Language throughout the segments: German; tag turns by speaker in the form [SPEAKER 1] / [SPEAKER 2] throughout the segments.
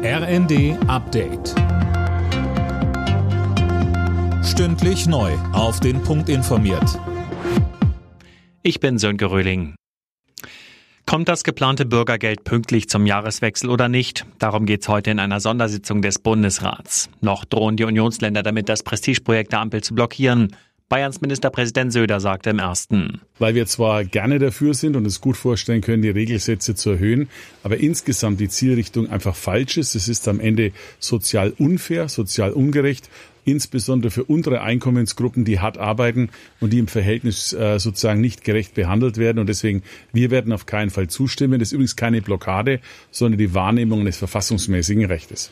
[SPEAKER 1] RND Update. Stündlich neu auf den Punkt informiert.
[SPEAKER 2] Ich bin Sönke Röhling. Kommt das geplante Bürgergeld pünktlich zum Jahreswechsel oder nicht? Darum geht es heute in einer Sondersitzung des Bundesrats. Noch drohen die Unionsländer damit, das Prestigeprojekt der Ampel zu blockieren. Bayerns Ministerpräsident Söder sagte im Ersten:
[SPEAKER 3] Weil wir zwar gerne dafür sind und es gut vorstellen können, die Regelsätze zu erhöhen, aber insgesamt die Zielrichtung einfach falsch ist. Es ist am Ende sozial unfair, sozial ungerecht, insbesondere für untere Einkommensgruppen, die hart arbeiten und die im Verhältnis sozusagen nicht gerecht behandelt werden. Und deswegen, wir werden auf keinen Fall zustimmen. Das ist übrigens keine Blockade, sondern die Wahrnehmung eines verfassungsmäßigen Rechtes.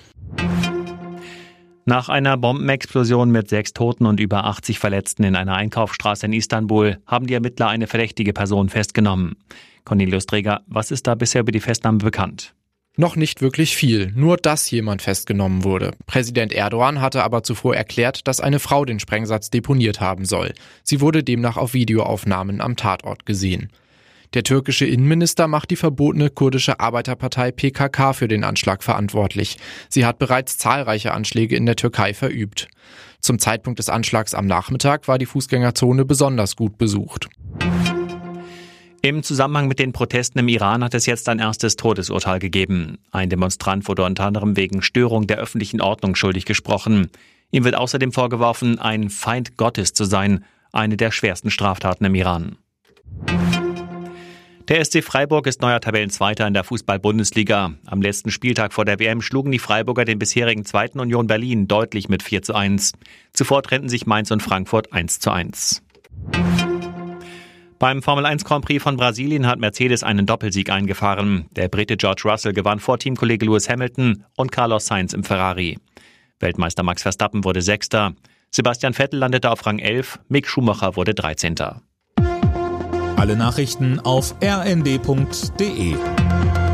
[SPEAKER 2] Nach einer Bombenexplosion mit 6 Toten und über 80 Verletzten in einer Einkaufsstraße in Istanbul haben die Ermittler eine verdächtige Person festgenommen. Cornelius Dreger, was ist da bisher über die Festnahme bekannt?
[SPEAKER 4] Noch nicht wirklich viel, nur dass jemand festgenommen wurde. Präsident Erdogan hatte aber zuvor erklärt, dass eine Frau den Sprengsatz deponiert haben soll. Sie wurde demnach auf Videoaufnahmen am Tatort gesehen. Der türkische Innenminister macht die verbotene kurdische Arbeiterpartei PKK für den Anschlag verantwortlich. Sie hat bereits zahlreiche Anschläge in der Türkei verübt. Zum Zeitpunkt des Anschlags am Nachmittag war die Fußgängerzone besonders gut besucht.
[SPEAKER 2] Im Zusammenhang mit den Protesten im Iran hat es jetzt ein erstes Todesurteil gegeben. Ein Demonstrant wurde unter anderem wegen Störung der öffentlichen Ordnung schuldig gesprochen. Ihm wird außerdem vorgeworfen, ein Feind Gottes zu sein, eine der schwersten Straftaten im Iran. Der SC Freiburg ist neuer Tabellenzweiter in der Fußball-Bundesliga. Am letzten Spieltag vor der WM schlugen die Freiburger den bisherigen zweiten Union Berlin deutlich mit 4:1. Zuvor trennten sich Mainz und Frankfurt 1:1. Beim Formel-1 Grand Prix von Brasilien hat Mercedes einen Doppelsieg eingefahren. Der Brite George Russell gewann vor Teamkollege Lewis Hamilton und Carlos Sainz im Ferrari. Weltmeister Max Verstappen wurde Sechster. Sebastian Vettel landete auf Rang 11, Mick Schumacher wurde 13.
[SPEAKER 1] Alle Nachrichten auf rnd.de.